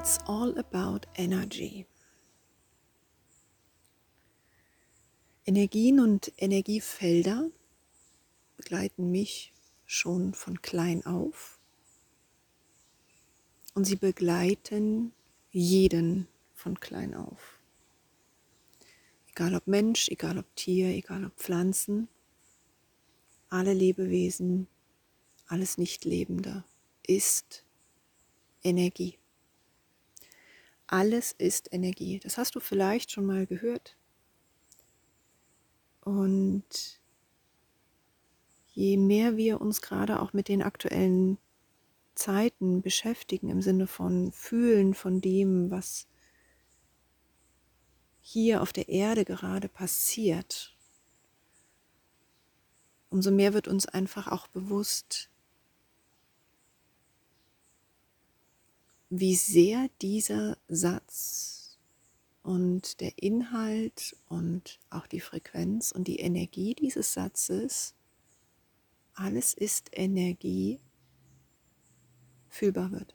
It's all about energy. Energien und Energiefelder begleiten mich schon von klein auf und sie begleiten jeden von klein auf. Egal ob Mensch, egal ob Tier, egal ob Pflanzen, alle Lebewesen, alles Nichtlebende ist Energie. Alles ist Energie. Das hast du vielleicht schon mal gehört. Und je mehr wir uns gerade auch mit den aktuellen Zeiten beschäftigen, im Sinne von Fühlen von dem, was hier auf der Erde gerade passiert, umso mehr wird uns einfach auch bewusst, wie sehr dieser Satz und der Inhalt und auch die Frequenz und die Energie dieses Satzes, alles ist Energie, fühlbar wird.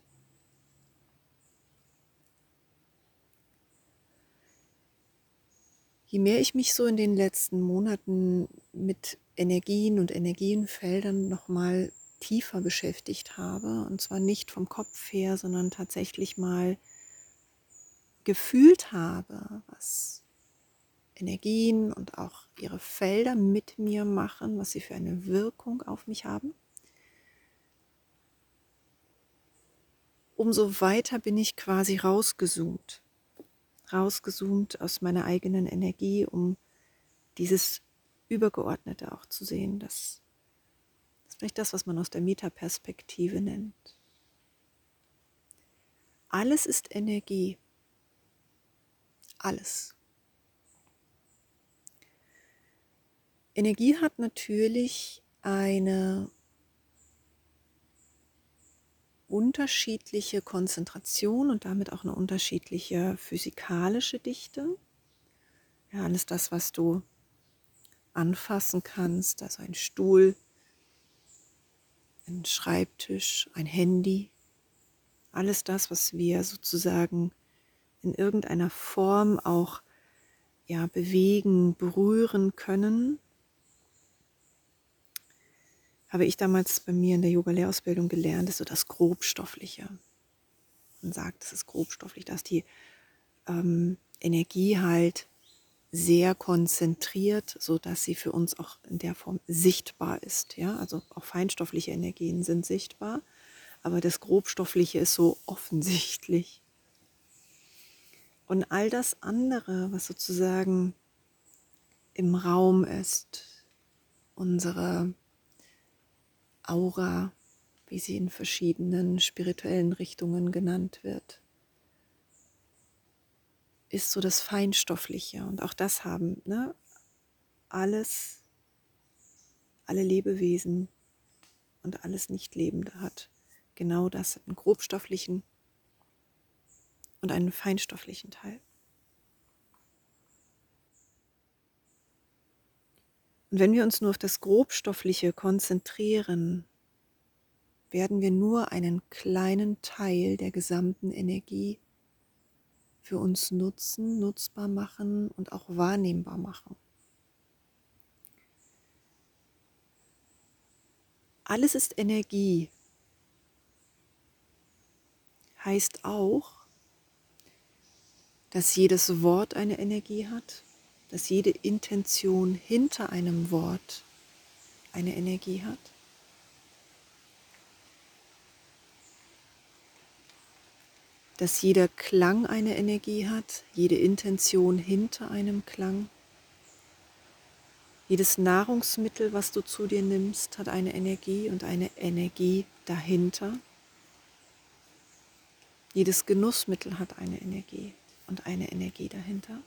Je mehr ich mich so in den letzten Monaten mit Energien und Energienfeldern nochmal tiefer beschäftigt habe, und zwar nicht vom Kopf her, sondern tatsächlich mal gefühlt habe, was Energien und auch ihre Felder mit mir machen, was sie für eine Wirkung auf mich haben, umso weiter bin ich quasi rausgezoomt aus meiner eigenen Energie, um dieses Übergeordnete auch zu sehen. Das ist vielleicht das, was man aus der Metaperspektive nennt. Alles ist Energie. Alles. Energie hat natürlich eine unterschiedliche Konzentration und damit auch eine unterschiedliche physikalische Dichte. Ja, alles das, was du anfassen kannst, also ein Stuhl, ein Schreibtisch, ein Handy, alles das, was wir sozusagen in irgendeiner Form auch bewegen, berühren können, habe ich damals bei mir in der Yoga-Lehrausbildung gelernt, ist so das Grobstoffliche. Man sagt, es ist grobstofflich, dass die Energie halt sehr konzentriert, sodass sie für uns auch in der Form sichtbar ist. Ja? Also auch feinstoffliche Energien sind sichtbar, aber das Grobstoffliche ist so offensichtlich. Und all das andere, was sozusagen im Raum ist, unsere Aura, wie sie in verschiedenen spirituellen Richtungen genannt wird, ist so das Feinstoffliche. Und auch das haben alle Lebewesen und alles Nichtlebende hat genau das, einen grobstofflichen und einen feinstofflichen Teil. Und wenn wir uns nur auf das Grobstoffliche konzentrieren, werden wir nur einen kleinen Teil der gesamten Energie für uns nutzen, nutzbar machen und auch wahrnehmbar machen. Alles ist Energie. Heißt auch, dass jedes Wort eine Energie hat, dass jede Intention hinter einem Wort eine Energie hat. Dass jeder Klang eine Energie hat, jede Intention hinter einem Klang. Jedes Nahrungsmittel, was du zu dir nimmst, hat eine Energie und eine Energie dahinter. Jedes Genussmittel hat eine Energie und eine Energie dahinter.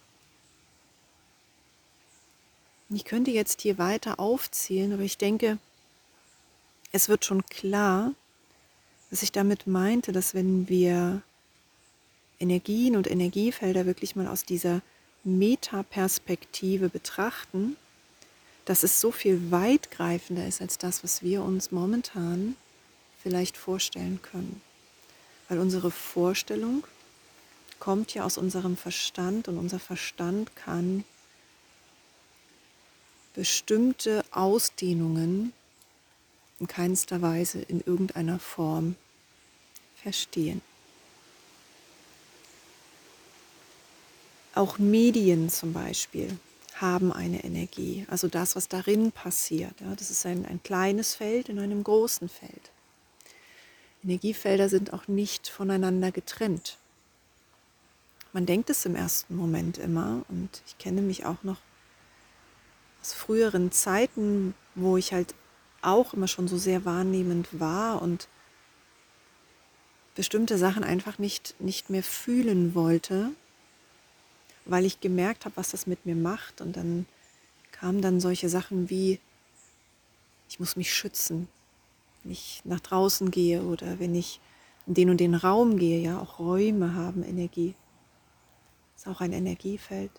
Ich könnte jetzt hier weiter aufzählen, aber ich denke, es wird schon klar, was ich damit meinte, dass wenn wir Energien und Energiefelder wirklich mal aus dieser Metaperspektive betrachten, dass es so viel weitgreifender ist als das, was wir uns momentan vielleicht vorstellen können. Weil unsere Vorstellung kommt ja aus unserem Verstand und unser Verstand kann bestimmte Ausdehnungen in keinster Weise in irgendeiner Form verstehen. Auch Medien zum Beispiel haben eine Energie, also das, was darin passiert. Ja, das ist ein kleines Feld in einem großen Feld. Energiefelder sind auch nicht voneinander getrennt. Man denkt es im ersten Moment immer, und ich kenne mich auch noch aus früheren Zeiten, wo ich halt auch immer schon so sehr wahrnehmend war und bestimmte Sachen einfach nicht mehr fühlen wollte, weil ich gemerkt habe, was das mit mir macht. Und dann kamen dann solche Sachen wie, ich muss mich schützen, wenn ich nach draußen gehe oder wenn ich in den und den Raum gehe. Ja, auch Räume haben Energie. Das ist auch ein Energiefeld.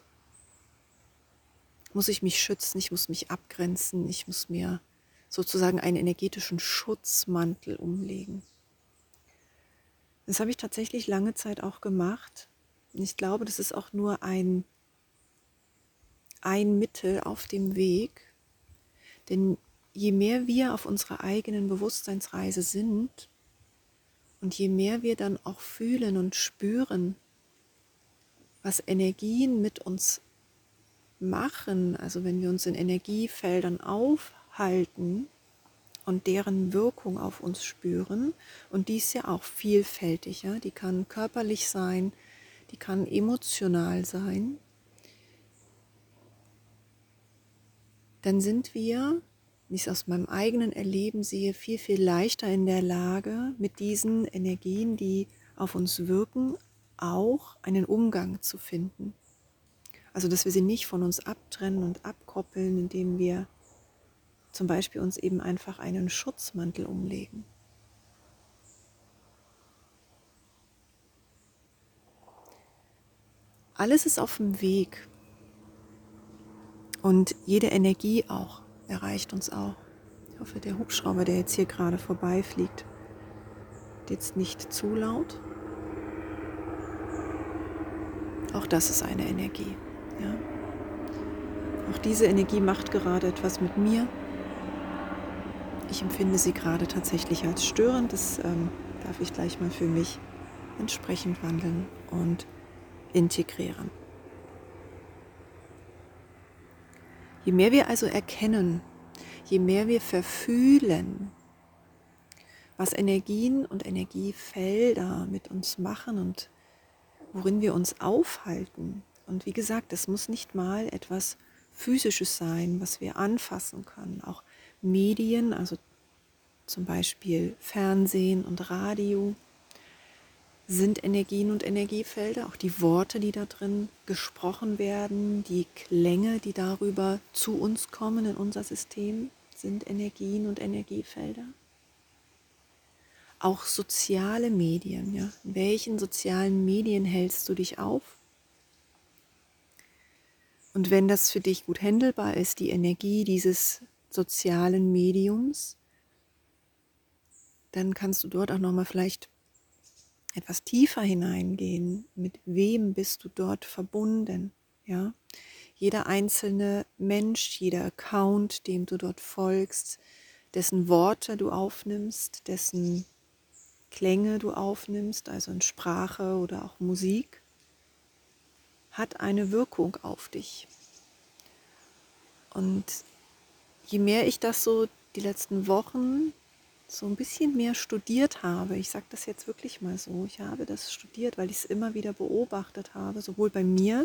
Muss ich mich schützen, ich muss mich abgrenzen, ich muss mir sozusagen einen energetischen Schutzmantel umlegen. Das habe ich tatsächlich lange Zeit auch gemacht. Und ich glaube, das ist auch nur ein Mittel auf dem Weg. Denn je mehr wir auf unserer eigenen Bewusstseinsreise sind und je mehr wir dann auch fühlen und spüren, was Energien mit uns machen, also wenn wir uns in Energiefeldern aufhalten und deren Wirkung auf uns spüren, und die ist ja auch vielfältig, ja? Die kann körperlich sein, die kann emotional sein, dann sind wir, wie ich es aus meinem eigenen Erleben sehe, viel, viel leichter in der Lage, mit diesen Energien, die auf uns wirken, auch einen Umgang zu finden. Also, dass wir sie nicht von uns abtrennen und abkoppeln, indem wir zum Beispiel uns eben einfach einen Schutzmantel umlegen. Alles ist auf dem Weg und jede Energie auch erreicht uns auch. Ich hoffe, der Hubschrauber, der jetzt hier gerade vorbeifliegt, ist jetzt nicht zu laut. Auch das ist eine Energie. Ja? Auch diese Energie macht gerade etwas mit mir. Ich empfinde sie gerade tatsächlich als störend. Das darf ich gleich mal für mich entsprechend wandeln und integrieren. Je mehr wir also erkennen, je mehr wir verfühlen, was Energien und Energiefelder mit uns machen und worin wir uns aufhalten. Und wie gesagt, es muss nicht mal etwas Physisches sein, was wir anfassen können. Auch Medien, also zum Beispiel Fernsehen und Radio, sind Energien und Energiefelder. Auch die Worte, die da drin gesprochen werden, die Klänge, die darüber zu uns kommen in unser System, sind Energien und Energiefelder. Auch soziale Medien, ja. In welchen sozialen Medien hältst du dich auf? Und wenn das für dich gut handelbar ist, die Energie dieses sozialen Mediums, dann kannst du dort auch nochmal vielleicht etwas tiefer hineingehen. Mit wem bist du dort verbunden? Ja? Jeder einzelne Mensch, jeder Account, dem du dort folgst, dessen Worte du aufnimmst, dessen Klänge du aufnimmst, also in Sprache oder auch Musik, hat eine Wirkung auf dich. Und je mehr ich das so die letzten Wochen so ein bisschen mehr studiert habe, ich sage das jetzt wirklich mal so, ich habe das studiert, weil ich es immer wieder beobachtet habe, sowohl bei mir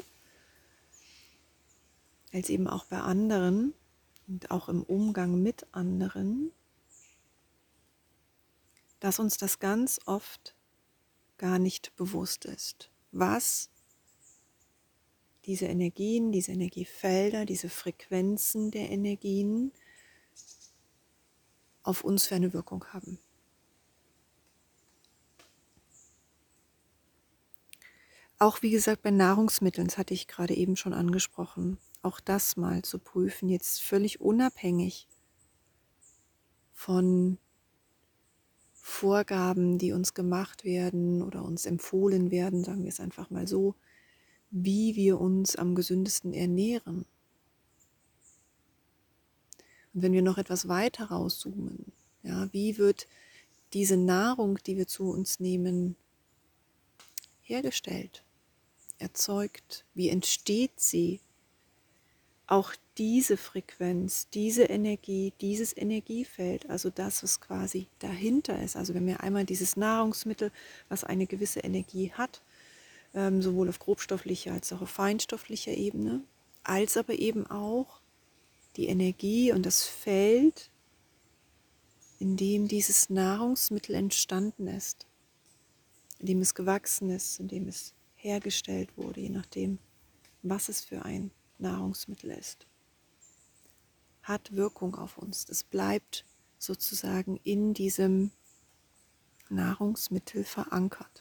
als eben auch bei anderen und auch im Umgang mit anderen, dass uns das ganz oft gar nicht bewusst ist, was diese Energien, diese Energiefelder, diese Frequenzen der Energien auf uns für eine Wirkung haben. Auch wie gesagt bei Nahrungsmitteln, das hatte ich gerade eben schon angesprochen, auch das mal zu prüfen, jetzt völlig unabhängig von Vorgaben, die uns gemacht werden oder uns empfohlen werden, sagen wir es einfach mal so, wie wir uns am gesündesten ernähren. Und wenn wir noch etwas weiter rauszoomen, ja, wie wird diese Nahrung, die wir zu uns nehmen, hergestellt, erzeugt? Wie entsteht sie? Auch diese Frequenz, diese Energie, dieses Energiefeld, also das, was quasi dahinter ist. Also wenn wir einmal dieses Nahrungsmittel, was eine gewisse Energie hat, sowohl auf grobstofflicher als auch auf feinstofflicher Ebene, als aber eben auch die Energie und das Feld, in dem dieses Nahrungsmittel entstanden ist, in dem es gewachsen ist, in dem es hergestellt wurde, je nachdem, was es für ein Nahrungsmittel ist, hat Wirkung auf uns. Das bleibt sozusagen in diesem Nahrungsmittel verankert.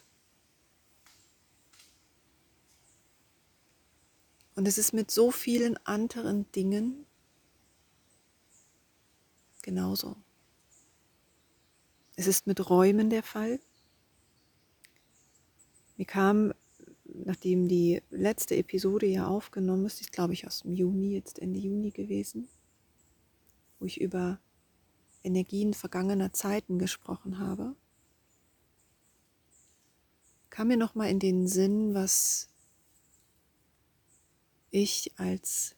Und es ist mit so vielen anderen Dingen genauso. Es ist mit Räumen der Fall. Mir kam, nachdem die letzte Episode ja aufgenommen ist glaube ich aus dem Juni, jetzt Ende Juni gewesen, wo ich über Energien vergangener Zeiten gesprochen habe, kam mir nochmal in den Sinn, was ich als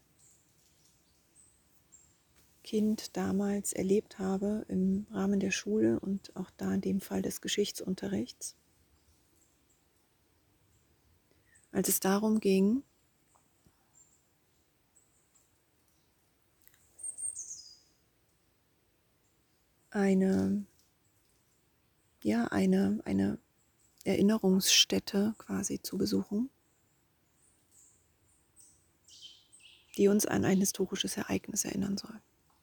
Kind damals erlebt habe im Rahmen der Schule und auch da in dem Fall des Geschichtsunterrichts, als es darum ging, eine Erinnerungsstätte quasi zu besuchen, die uns an ein historisches Ereignis erinnern soll.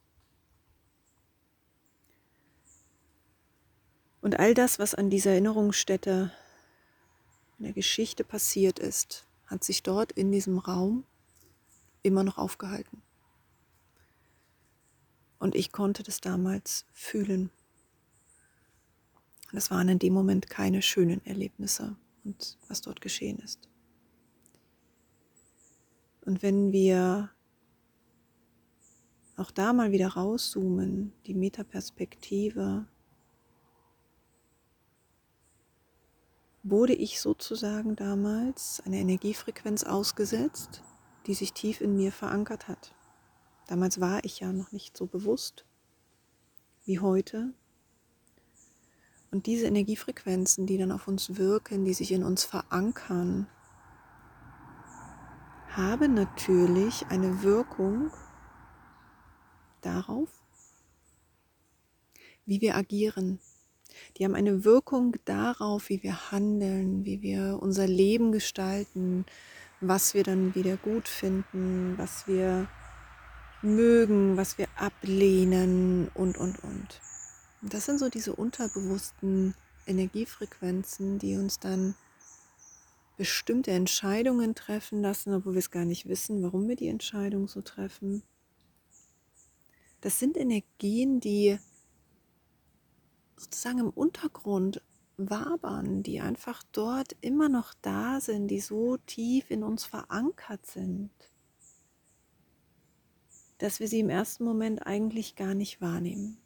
Und all das, was an dieser Erinnerungsstätte in der Geschichte passiert ist, hat sich dort in diesem Raum immer noch aufgehalten. Und ich konnte das damals fühlen. Und es waren in dem Moment keine schönen Erlebnisse und was dort geschehen ist. Und wenn wir auch da mal wieder rauszoomen, die Metaperspektive, wurde ich sozusagen damals einer Energiefrequenz ausgesetzt, die sich tief in mir verankert hat. Damals war ich ja noch nicht so bewusst wie heute. Und diese Energiefrequenzen, die dann auf uns wirken, die sich in uns verankern, haben natürlich eine Wirkung darauf, wie wir agieren. Die haben eine Wirkung darauf, wie wir handeln, wie wir unser Leben gestalten, was wir dann wieder gut finden, was wir mögen, was wir ablehnen und. Und das sind so diese unterbewussten Energiefrequenzen, die uns dann bestimmte Entscheidungen treffen lassen, obwohl wir es gar nicht wissen, warum wir die Entscheidung so treffen. Das sind Energien, die sozusagen im Untergrund wabern, die einfach dort immer noch da sind, die so tief in uns verankert sind, dass wir sie im ersten Moment eigentlich gar nicht wahrnehmen.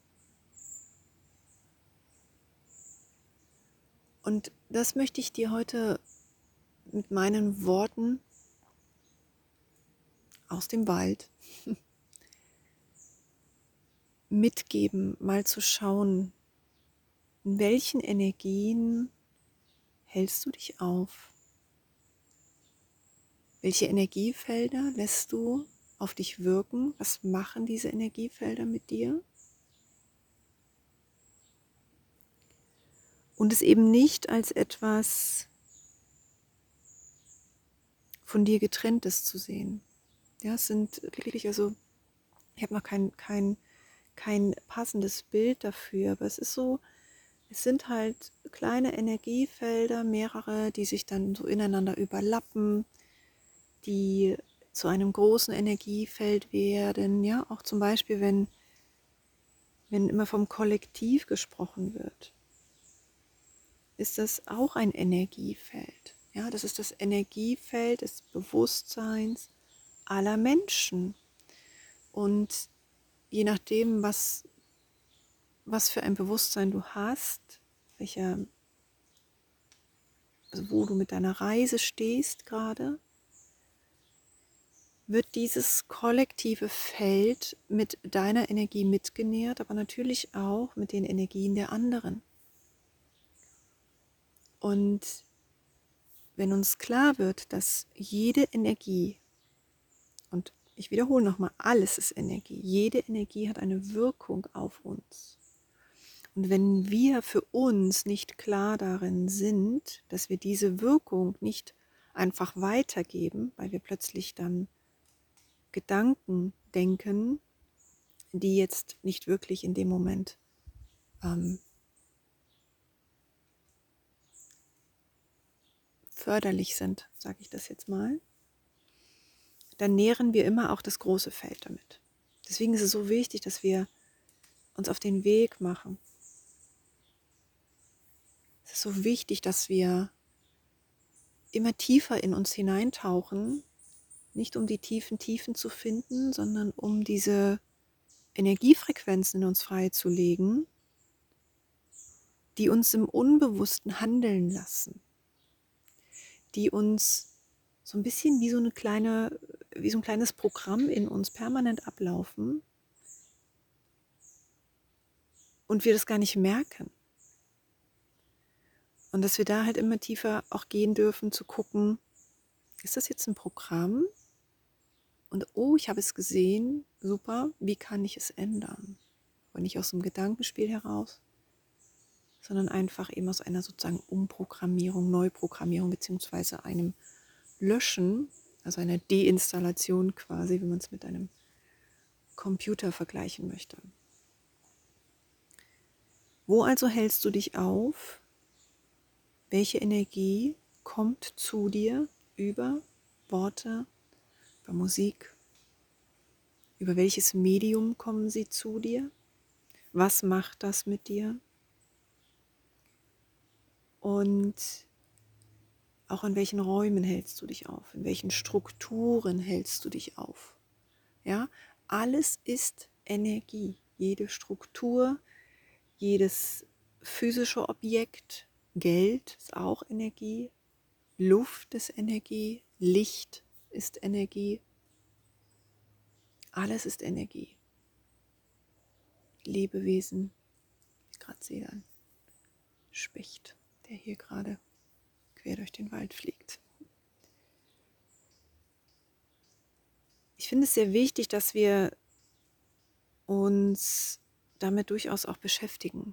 Und das möchte ich dir heute mit meinen Worten aus dem Wald mitgeben, mal zu schauen, in welchen Energien hältst du dich auf? Welche Energiefelder lässt du auf dich wirken? Was machen diese Energiefelder mit dir? Und es eben nicht als etwas von dir getrenntes zu sehen. Ja, es sind wirklich, also ich habe noch kein passendes Bild dafür, aber es ist so, es sind halt kleine Energiefelder, mehrere, die sich dann so ineinander überlappen, die zu einem großen Energiefeld werden. Ja, auch zum Beispiel, wenn immer vom Kollektiv gesprochen wird. ist das auch ein Energiefeld. Ja, das ist das Energiefeld des Bewusstseins aller Menschen. Und je nachdem, was für ein Bewusstsein du hast, also wo du mit deiner Reise stehst gerade, wird dieses kollektive Feld mit deiner Energie mitgenährt, aber natürlich auch mit den Energien der anderen. Und wenn uns klar wird, dass jede Energie, und ich wiederhole nochmal, alles ist Energie, jede Energie hat eine Wirkung auf uns. Und wenn wir für uns nicht klar darin sind, dass wir diese Wirkung nicht einfach weitergeben, weil wir plötzlich dann Gedanken denken, die jetzt nicht wirklich in dem Moment förderlich sind, sage ich das jetzt mal, dann nähren wir immer auch das große Feld damit. Deswegen ist es so wichtig, dass wir uns auf den Weg machen. Es ist so wichtig, dass wir immer tiefer in uns hineintauchen, nicht um die tiefen Tiefen zu finden, sondern um diese Energiefrequenzen in uns freizulegen, die uns im Unbewussten handeln lassen, die uns so ein bisschen wie so ein kleines Programm in uns permanent ablaufen und wir das gar nicht merken. Und dass wir da halt immer tiefer auch gehen dürfen, zu gucken, ist das jetzt ein Programm? Und oh, ich habe es gesehen, super, wie kann ich es ändern? Aber nicht aus einem Gedankenspiel heraus, sondern einfach eben aus einer sozusagen Umprogrammierung, Neuprogrammierung beziehungsweise einem Löschen, also einer Deinstallation quasi, wenn man es mit einem Computer vergleichen möchte. Wo also hältst du dich auf? Welche Energie kommt zu dir über Worte, über Musik? Über welches Medium kommen sie zu dir? Was macht das mit dir? Und auch in welchen Räumen hältst du dich auf? In welchen Strukturen hältst du dich auf? Ja, alles ist Energie. Jede Struktur, jedes physische Objekt, Geld ist auch Energie, Luft ist Energie, Licht ist Energie. Alles ist Energie. Lebewesen, ich gerade sehe ein Specht, der hier gerade quer durch den Wald fliegt. Ich finde es sehr wichtig, dass wir uns damit durchaus auch beschäftigen,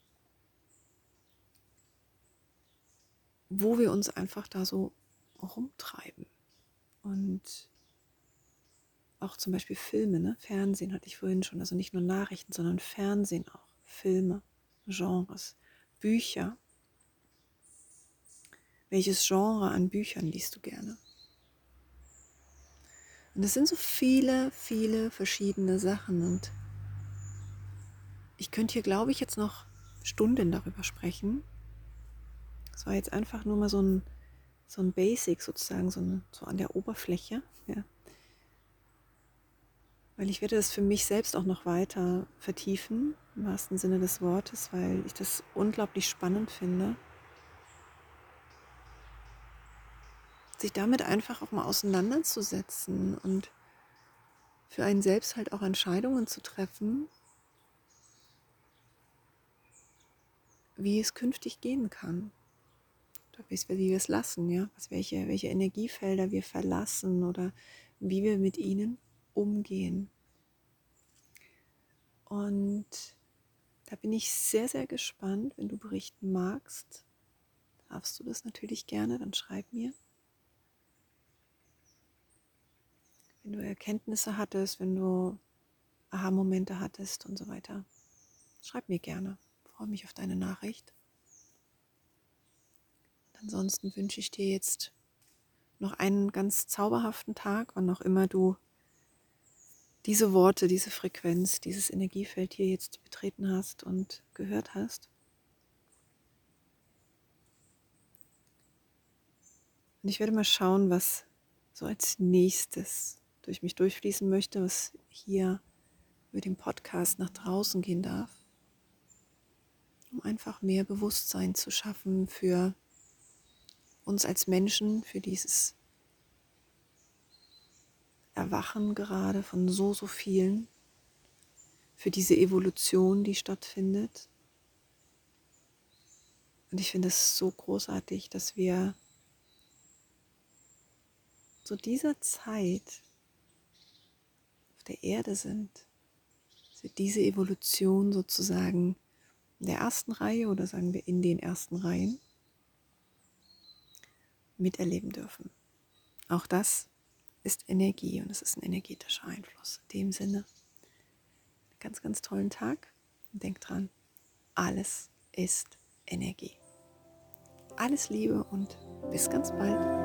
wo wir uns einfach da so rumtreiben. Und auch zum Beispiel Filme, ne? Fernsehen hatte ich vorhin schon, also nicht nur Nachrichten, sondern Fernsehen auch, Filme, Genres, Bücher. Welches Genre an Büchern liest du gerne? Und es sind so viele, viele verschiedene Sachen und ich könnte hier, glaube ich, jetzt noch Stunden darüber sprechen. Das war jetzt einfach nur mal so ein Basic sozusagen, so an der Oberfläche. Ja. Weil ich werde das für mich selbst auch noch weiter vertiefen, im wahrsten Sinne des Wortes, weil ich das unglaublich spannend finde, sich damit einfach auch mal auseinanderzusetzen und für einen selbst halt auch Entscheidungen zu treffen, wie es künftig gehen kann. Oder wie wir es lassen, ja, welche Energiefelder wir verlassen oder wie wir mit ihnen umgehen. Und da bin ich sehr, sehr gespannt. Wenn du berichten magst, darfst du das natürlich gerne, dann schreib mir. Wenn du Erkenntnisse hattest, wenn du Aha-Momente hattest und so weiter, schreib mir gerne. Ich freue mich auf deine Nachricht. Ansonsten wünsche ich dir jetzt noch einen ganz zauberhaften Tag, wann auch immer du diese Worte, diese Frequenz, dieses Energiefeld hier jetzt betreten hast und gehört hast. Und ich werde mal schauen, was so als nächstes durch mich durchfließen möchte, was hier über den Podcast nach draußen gehen darf, um einfach mehr Bewusstsein zu schaffen für uns als Menschen, für dieses Erwachen gerade von so vielen, für diese Evolution, die stattfindet. Und ich finde es so großartig, dass wir zu dieser Zeit auf der Erde sind, dass wir diese Evolution sozusagen in der ersten Reihe oder sagen wir in den ersten Reihen miterleben dürfen. Auch das ist Energie und es ist ein energetischer Einfluss. In dem Sinne, ganz, ganz tollen Tag und denk dran, alles ist Energie. Alles Liebe und bis ganz bald.